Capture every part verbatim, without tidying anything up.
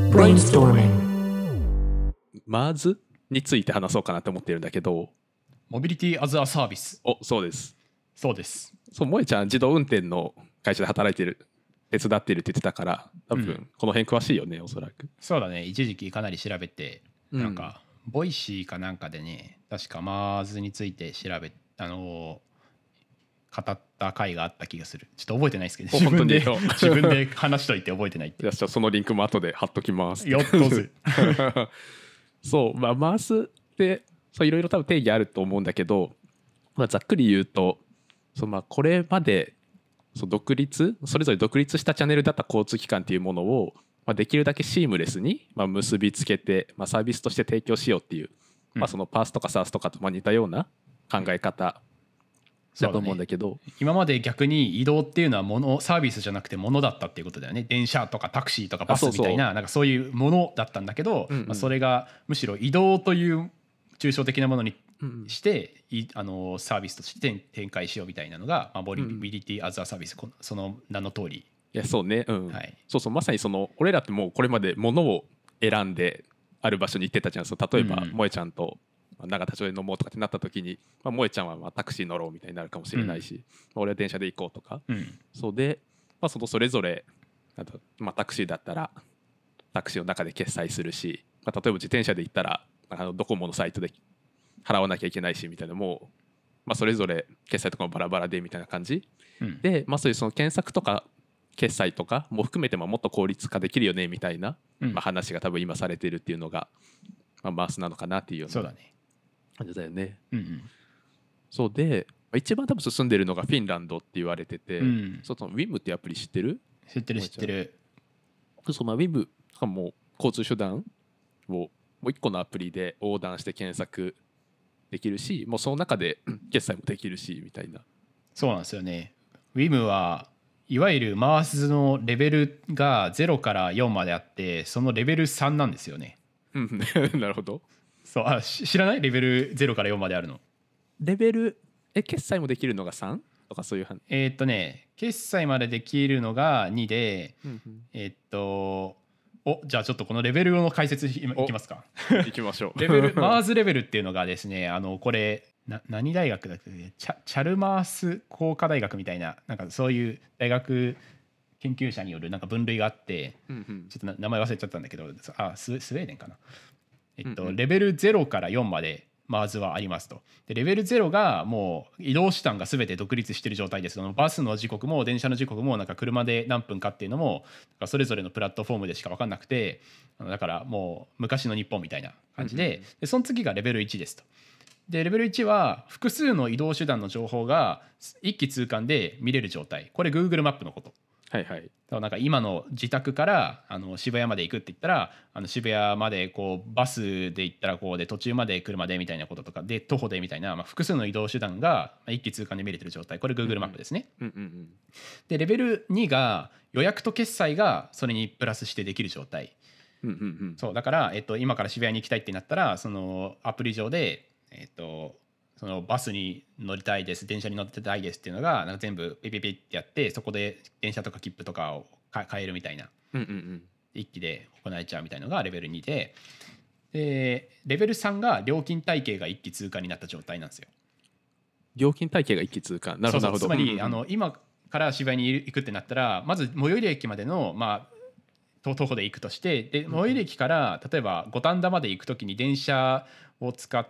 Brainstorming。 マーズについて話そうかなと思ってるんだけど。 モビリティアズアサービス。 お、そうです。 そうです。 そう、萌ちゃん自動運転の会社で働いてる、手伝ってるって言ってたから多分この辺詳しいよね、うん、おそらく。 そうだね、一時期かなり調べて、うん、なんかボイシーかなんかでね、確かマーズについて調べあのー、語った回があった気がする。ちょっと覚えてないですけど、自分で自分で話しといて覚えてないって。 じゃあそのリンクも後で貼っときます。 よっとずそう、まあ、マースってそういろいろ多分定義あると思うんだけど、まあ、ざっくり言うとそう、まあ、これまでそう独立それぞれ独立したチャンネルだった交通機関っていうものを、まあ、できるだけシームレスに、まあ、結びつけて、まあ、サービスとして提供しようっていう、まあ、そのパースとかサースとかとまあ似たような考え方だと思うんだけど、 ね、今まで逆に移動っていうのはものサービスじゃなくてものだったっていうことだよね。電車とかタクシーとかバスみたいな、なんかそういうものだったんだけど、うんうん、まあ、それがむしろ移動という抽象的なものにして、うん、あのサービスとして展開しようみたいなのが、まあ、モビリティアズアサービス、その名の通り。 いやそうね、うん、 はい、 そうそう、まさにその俺らってもうこれまでものを選んである場所に行ってたじゃん。そう例えば、うん、萌ちゃんと長田町で飲もうとかってなった時に、まあ、萌ちゃんはまあタクシー乗ろうみたいになるかもしれないし、うん、まあ、俺は電車で行こうとか、うん、そうで、まあ、そのそれぞれあと、まあ、タクシーだったらタクシーの中で決済するし、まあ、例えば自転車で行ったらあのドコモのサイトで払わなきゃいけないしみたいな、もう、まあ、それぞれ決済とかもバラバラでみたいな感じ、うん、で、まあ、そういうその検索とか決済とかも含めてももっと効率化できるよねみたいな、うん、まあ、話が多分今されてるっていうのが、まあ、マースなのかなっていうような。 そうだね、 感じだよね、 うんうん、 そうで一番多分進んでるのがフィンランドって言われてて、うん、その ウィム ってアプリ知ってる？ 知ってる知ってる。 そう、まあ、ウィム がもう交通手段をもう一個のアプリで横断して検索できるし、もうその中で決済もできるしみたいな。 そうなんですよね。 ウィム はいわゆるマースのレベルがゼロからよんまであって、そのレベルさんなんですよね。 なるほど。 そう、あ、知らない？レベルゼロからよんまであるの。 レベルえ決済もできるのがさんとかそういう話。 えー、っとね決済までできるのがにで、うんうん、えー、っとおじゃあちょっとこのレベルの解説いきますか。 いきましょう。 レベルマーズレベルっていうのがですね、あのこれな何大学だっけ、チャ、チャルマース工科大学みたいな、なんかそういう大学研究者によるなんか分類があって、うんうん、ちょっと名前忘れちゃったんだけど、あ ス, スウェーデンかな。えっと、うんうん、レベルゼロからよんまでマーズはありますと。でレベルゼロがもう移動手段が全て独立している状態です。そのバスの時刻も電車の時刻もなんか車で何分かっていうのもそれぞれのプラットフォームでしか分かんなくて、だからもう昔の日本みたいな感じ で,、うんうん、でその次がレベルいちですと。でレベルいちは複数の移動手段の情報が一気通貫で見れる状態。これ Google マップのこと。 はいはい、 なんか今の自宅からあの渋谷まで行くって言ったら、あの渋谷までこうバスで行ったらこうで、途中まで車でみたいなこととかで徒歩でみたいな、まあ、複数の移動手段が一気通貫で見れてる状態。これ Google マップですね、うんうんうん、でレベルにが予約と決済がそれにプラスしてできる状態、うんうんうん、そうだから、えっと、今から渋谷に行きたいってなったらそのアプリ上で、えっとそのバスに乗りたいです、電車に乗ってたいですっていうのがなんか全部ピピピってやって、そこで電車とか切符とかを買えるみたいな、うんうんうん、一気で行えちゃうみたいなのがレベルにで、でレベルさんが料金体系が一気通過になった状態なんですよ。 料金体系が一気通過、なるほど。そうそう、 つまり、うんうん、あの今から渋谷に行くってなったら、まず最寄り駅までのまあ徒歩で行くとして、で最寄り駅から例えば五反田まで行くときに電車を使って、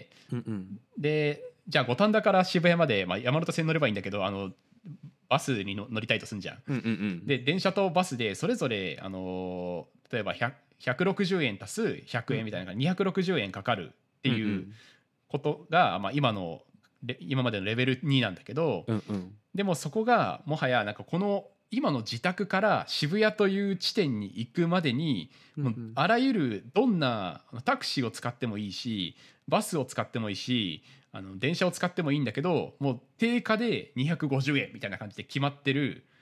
うんうん、でじゃあ五反田から渋谷まで、まあ、山手線乗ればいいんだけど、あのバスに乗りたいとすんじゃん、うんうんうん、で電車とバスでそれぞれ、あの例えばひゃくろくじゅうえん足すひゃくえんみたいなのがにひゃくろくじゅうえんかかるっていうことが、まあ、今の今までのレベルになんだけど、うんうん、でもそこがもはやなんかこの今の自宅から渋谷という地点に行くまでに、うんうん、もうあらゆるどんなタクシーを使ってもいいし、バスを使ってもいいし、あの電車を使ってもいいんだけど、もう定価でにひゃくごじゅうえんみたいな感じで決まってる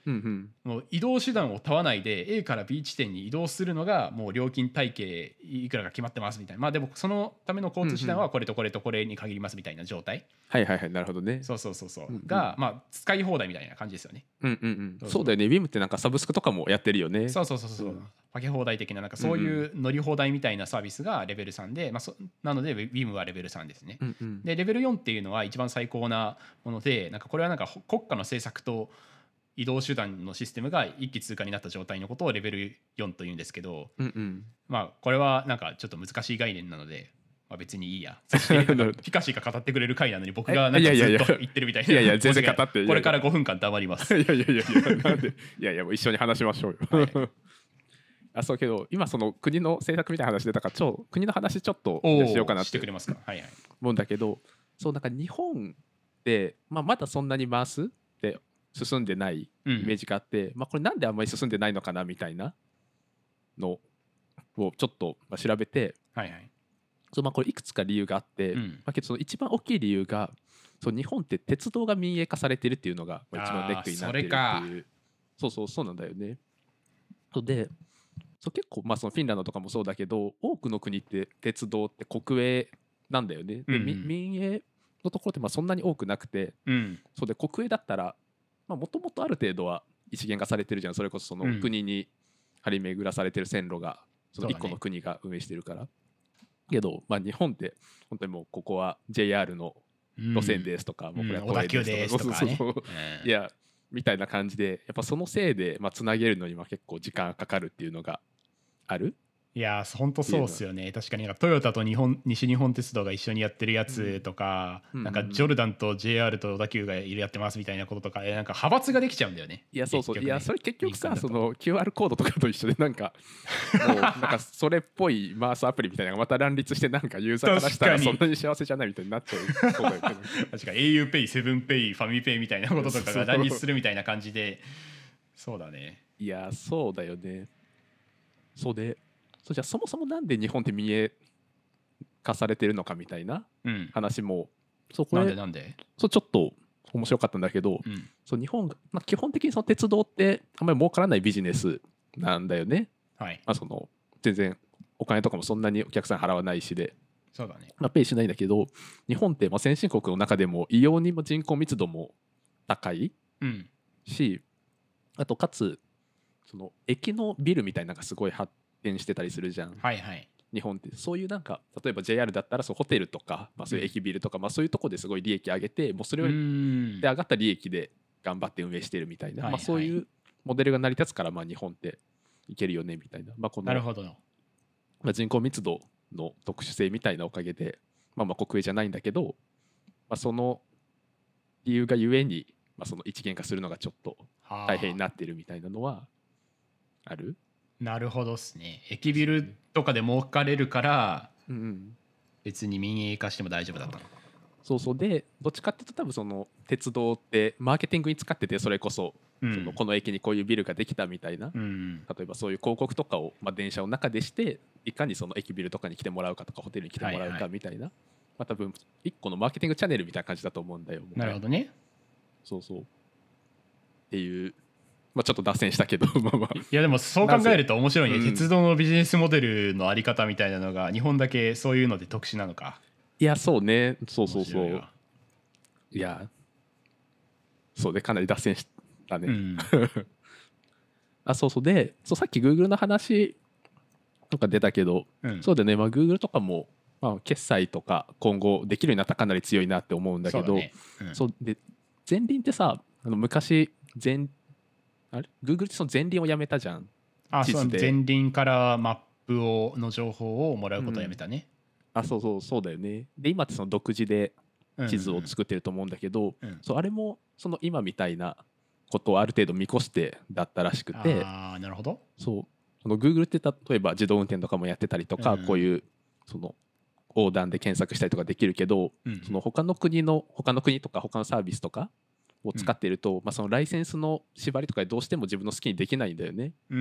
うんもう移動手段を問わないで A から B 地点に移動するのがもう料金体系いくらが決まってますみたいな、まあでもそのための交通手段はこれとこれとこれに限りますみたいな状態、 はいはいはい、なるほどね。 そうそうそうそう、 うんうんがまあ使い放題みたいな感じですよね。 うんうんうん。 そうそうそうだよね。ウィムってなんかサブスクとかもやってるよね。 そうそうそうそう、 うんかけ放題的ななんかそういう乗り放題みたいなサービスがレベルさんで、まあ、そなので ウィム はレベルさんですね。 うんうん。 でレベルよんっていうのは一番最高なもので、なんかこれはなんかほ国家の政策と移動手段のシステムが一気通過になった状態のことをレベルよんというんですけど、 うんうん。 まあこれはなんかちょっと難しい概念なので、まあ、別にいいや。そしてなんかピカシーが語ってくれる回なのに僕がなんかずっと言ってるみたいな。 いやいや全然語って。 これからごふんかん黙ります。 いやいやいやいや、なんで、いやいやもう一緒に話しましょうよ。 はいあ、そうけど今その国の政策みたいな話出たから超国の話ちょっとおしようかなっしててくれますか。はいはい。 思うんだけど、そうなんか日本で、まあ、まだそんなに回すって進んでないイメージがあって、まあ、これなんであんまり進んでないのかなみたいなのをちょっとまあ調べて、 はいはい。 そうまあこれいくつか理由があって、 うんまあ、けどその一番大きい理由がそう日本って鉄道が民営化されてるっていうのがまあ一番ネックになってるっていう。そうそうそうなんだよね。そうでそう結構まあそのフィンランドとかもそうだけど多くの国って鉄道って国営なんだよね。で、 うんうんみ民営のところってまあそんなに多くなくて、 うんそうで国営だったらもともとある程度は一元化されてるじゃん。それこそその国に張り巡らされてる線路がそのいっこの国が運営してるから。けど、まあ、日本って本当にもうここは ジェイアール の路線ですとか、 うんもうこれは小田急ですとかね。 いやみたいな感じでやっぱそのせいでまあつなげるのには結構時間がかかるっていうのがある。 いやー本当そうっすよね。確かになんかトヨタと日本西日本鉄道が一緒にやってるやつとか、 うん、 なんかジョルダンと ジェイアール と小田急がやってますみたいなこととか、えなんか派閥ができちゃうんだよね。 いやそうそう、 ね、 いやそれ結局さその キューアール コードとかと一緒でなんかもうなんかそれっぽいマースアプリみたいなのがまた乱立してなんかユーザーからしたらそんなに幸せじゃないみたいになっちゃう。そうだよね。 確か auPay、セブンペイ、ファミペイみたいなこととかが乱立するみたいな感じで、そうだね。 いやそうだよね。そうでそうじゃあそもそもなんで日本って民営化されてるのかみたいな話も、うん、そうこれなんでなんでそうちょっと面白かったんだけど、うん、そう日本が、まあ、基本的にその鉄道ってあんまり儲からないビジネスなんだよね。 はいまあ、その全然お金とかもそんなにお客さん払わないしで、 そうだね、 まあ、ペイしないんだけど日本ってまあ先進国の中でも異様にも人口密度も高いし、うん、あとかつその駅のビルみたいなのがすごい発展してたりするじゃん。 はいはい。 日本ってそういうなんか例えば ジェイアール だったらそうホテルとか、まあ、そういう駅ビルとか、うんまあ、そういうとこですごい利益上げてもうそれをで上がった利益で頑張って運営してるみたいな、まあ、そういうモデルが成り立つからまあ日本っていけるよねみたいな、まあ、このなるほど、 まあ、人口密度の特殊性みたいなおかげで、まあ、まあ国営じゃないんだけど、まあ、その理由がゆえに、まあ、その一元化するのがちょっと大変になってるみたいなのはある。 なるほどっすね。駅ビルとかで儲かれるから、 うんうん、 別に民営化しても大丈夫だったのか。 そうそうでどっちかっていうと多分その鉄道ってマーケティングに使っててそれこそ、うん、そのこの駅にこういうビルができたみたいな、うん、例えばそういう広告とかを、まあ、電車の中でしていかにその駅ビルとかに来てもらうかとかホテルに来てもらうかみたいな、はいはいまあ、多分一個のマーケティングチャンネルみたいな感じだと思うんだよ。 なるほどね。 そうそうっていうまあ、ちょっと脱線したけどまあまあいやでもそう考えると面白いね、うん、鉄道のビジネスモデルのあり方みたいなのが日本だけそういうので特殊なのか。 いやそうねそうそうそういやそうでかなり脱線したね、うん、あそうそうでそうさっき Google の話とか出たけど、うん、そうでね、まあ、Google とかも、まあ、決済とか今後できるようになったらかなり強いなって思うんだけどそう、ねうん、そうで前輪ってさあの昔前あれ Google ってその前輪をやめたじゃん。 あそう前輪からマップをの情報をもらうことをやめたね、 うん、あそうそうそうだよね。で今ってその独自で地図を作ってると思うんだけど、うんうん、そうあれもその今みたいなことをある程度見越してだったらしくて、 あなるほど。 そうその Google って例えば自動運転とかもやってたりとか、うん、こういうその横断で検索したりとかできるけど、うん、その他の国の他の国とか他のサービスとかを使っていると、うんまあ、そのライセンスの縛りとかでどうしても自分の好きにできないんだよね、 うん、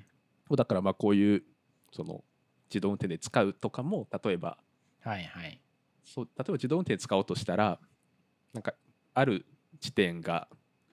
だからまあこういうその自動運転で使うとかも例えば、 はいはい、 そう例えば自動運転使おうとしたらなんかある地点が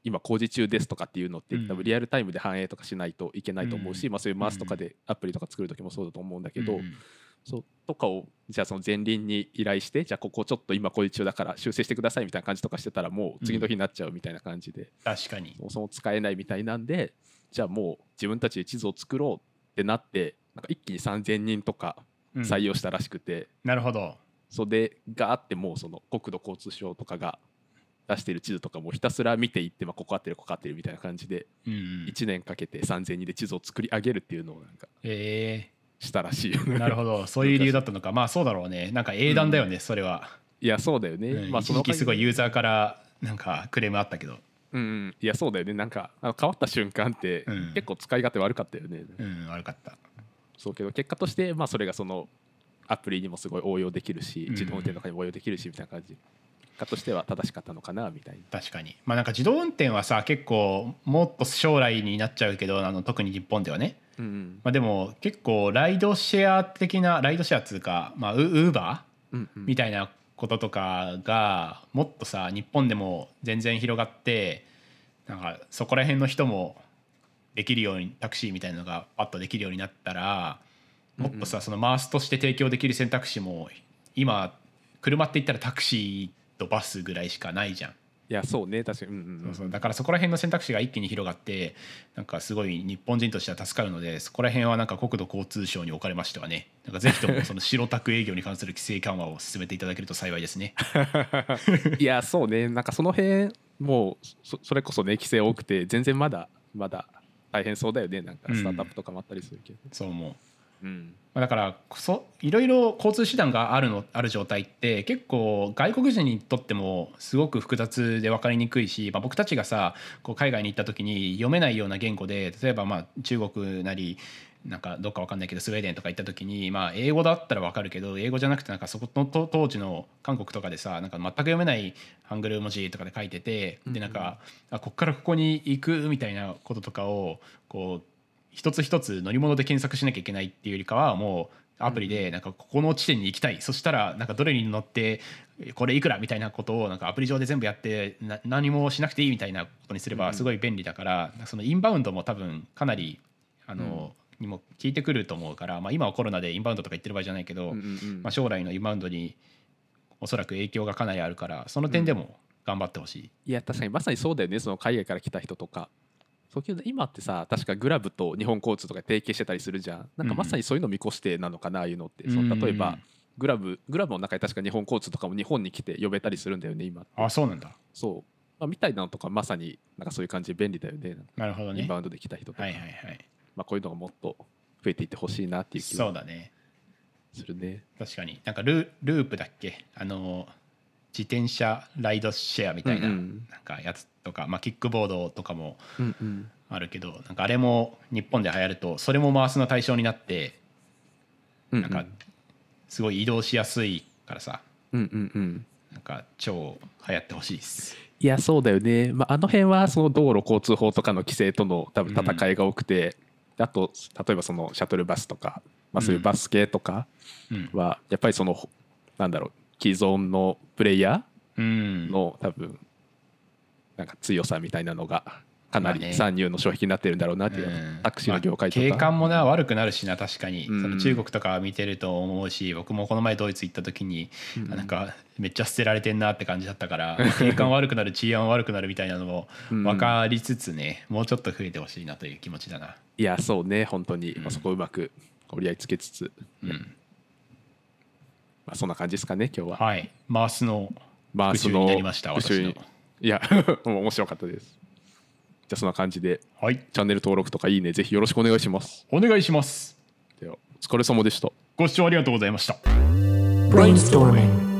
今工事中ですとかっていうのってうん多分リアルタイムで反映とかしないといけないと思うし、 うんまあ、そういうマースとかでアプリとか作る時もそうだと思うんだけど、 うんそうとかをじゃあその前輪に依頼して、じゃあここちょっと今工事中だから修正してくださいみたいな感じとかしてたらもう次の日になっちゃうみたいな感じで、 確かにそもそも使えないみたいなんで、じゃあもう自分たちで地図を作ろうってなって、なんか一気にさんぜんにんとか採用したらしくて、 なるほど。 それがあってもうその国土交通省とかが出している地図とかもひたすら見ていって、まあ、ここ合ってるここ合ってるみたいな感じでうんうんいちねんかけてさんぜんにんで地図を作り上げるっていうのをなんかえしたらしいよね。 ー、なるほど、そういう理由だったのか。まあそうだろうね。なんか英断だよね、それは。 いやそうだよね、 うんまあ、 一時期すごいユーザーからなんかクレームあったけど。 うんうんいやそうだよね、なんかあの変わった瞬間ってうん結構使い勝手悪かったよね、 うん悪かった。 そうけど結果としてまあそれがそのアプリにもすごい応用できるしうん自動運転とかにも応用できるしみたいな感じ、結果としては正しかったのかなみたいな。 確かに。まあなんか自動運転はさ結構もっと将来になっちゃうけど、あの特に日本ではね。 うんうんまあ、でも結構ライドシェア的なライドシェアっつうか、まあ、ウーバーうんうんみたいなこととかがもっとさ日本でも全然広がって、なんかそこら辺の人もできるようにタクシーみたいなのがパッとできるようになったら、もっとさそのマースとして提供できる選択肢も今車って言ったらタクシーとバスぐらいしかないじゃん。 いやそうね確かに、うんうんうん、 そうそうだからそこら辺の選択肢が一気に広がってなんかすごい日本人としては助かるので、そこら辺はなんか国土交通省におかれましてはね、なんかぜひともその白タク営業に関する規制緩和を進めていただけると幸いですね。 いやそうね、なんかその辺もう そ, それこそね規制多くて全然まだまだ大変そうだよね、なんかスタートアップとかもあったりするけど、 そう思う。 うんまあだからそいろいろ交通手段があるのある状態って結構外国人にとってもすごく複雑で分かりにくいし、まあ、僕たちがさこう海外に行った時に読めないような言語で、例えばまあ中国なりなんかどっか分かんないけどスウェーデンとか行った時に、まあ英語だったら分かるけど英語じゃなくてなんかそこのと当時の韓国とかでさなんか全く読めないハングル文字とかで書いてて、でなんかあこっからここに行くみたいなこととかをこう一つ一つ乗り物で検索しなきゃいけないっていうよりかはもうアプリでなんかここの地点に行きたい、そしたらなんかどれに乗ってこれいくらみたいなことをなんかアプリ上で全部やってな何もしなくていいみたいなことにすればすごい便利だから、そのインバウンドも多分かなりあのにも効いてくると思うから、まあ今はコロナでインバウンドとか言ってる場合じゃないけど、 うんうんうんまあ将来のインバウンドにおそらく影響がかなりあるから、その点でも頑張ってほしい。 いや確かにまさにそうだよね、その海外から来た人とか。そうけど今ってさ確かグラブと日本交通とか提携してたりするじゃん。なんかまさにそういうの見越してなのかな、ああいうのって。その例えばグラブグラブの中に確か日本交通とかも日本に来て呼べたりするんだよね今って。 あ、そうなんだ。 そう、まあ、みたいなのとかまさになんかそういう感じで便利だよね。 なるほどね。 インバウンドで来た人とか、 はいはいはい。 まあ、こういうのがもっと増えていってほしいなっていう気はそうだね。 するね。 確かになんかルループだっけ、あの自転車ライドシェアみたいな、 うんうんなんかやつとか、まあ、キックボードとかもうんうんあるけど、なんかあれも日本で流行るとそれもマースの対象になってうんなんかすごい移動しやすいからさ、 うんうんうんなんか超流行ってほしいです。 いやそうだよね、まあ、あの辺はその道路交通法とかの規制との多分戦いが多くて、うん、あと例えばそのシャトルバスとか、まあ、そういうバス系とかはやっぱりそのなんだろう既存のプレイヤーの多分なんか強さみたいなのがかなり参入の障壁になってるんだろうなっていう、 うんタクシーの業界とか、 まあ、景観もな悪くなるしな、確かに、 うんその中国とか見てると思うし、僕もこの前ドイツ行った時に、 うんなんかめっちゃ捨てられてんなって感じだったから景観悪くなる治安悪くなるみたいなのも分かりつつね、もうちょっと増えてほしいなという気持ちだな。 いやそうね本当に、 うんまあ、そこをうまく折り合いつけつつ、 うんまあ、そんな感じですかね今日は。 はい、マースのマースの復習になりました復習に私の。 いや面白かったです。じゃあそんな感じではい、 チャンネル登録とかいいねぜひよろしくお願いします。 お願いします。 ではお疲れ様でした。 ご視聴ありがとうございました。 Brainstorming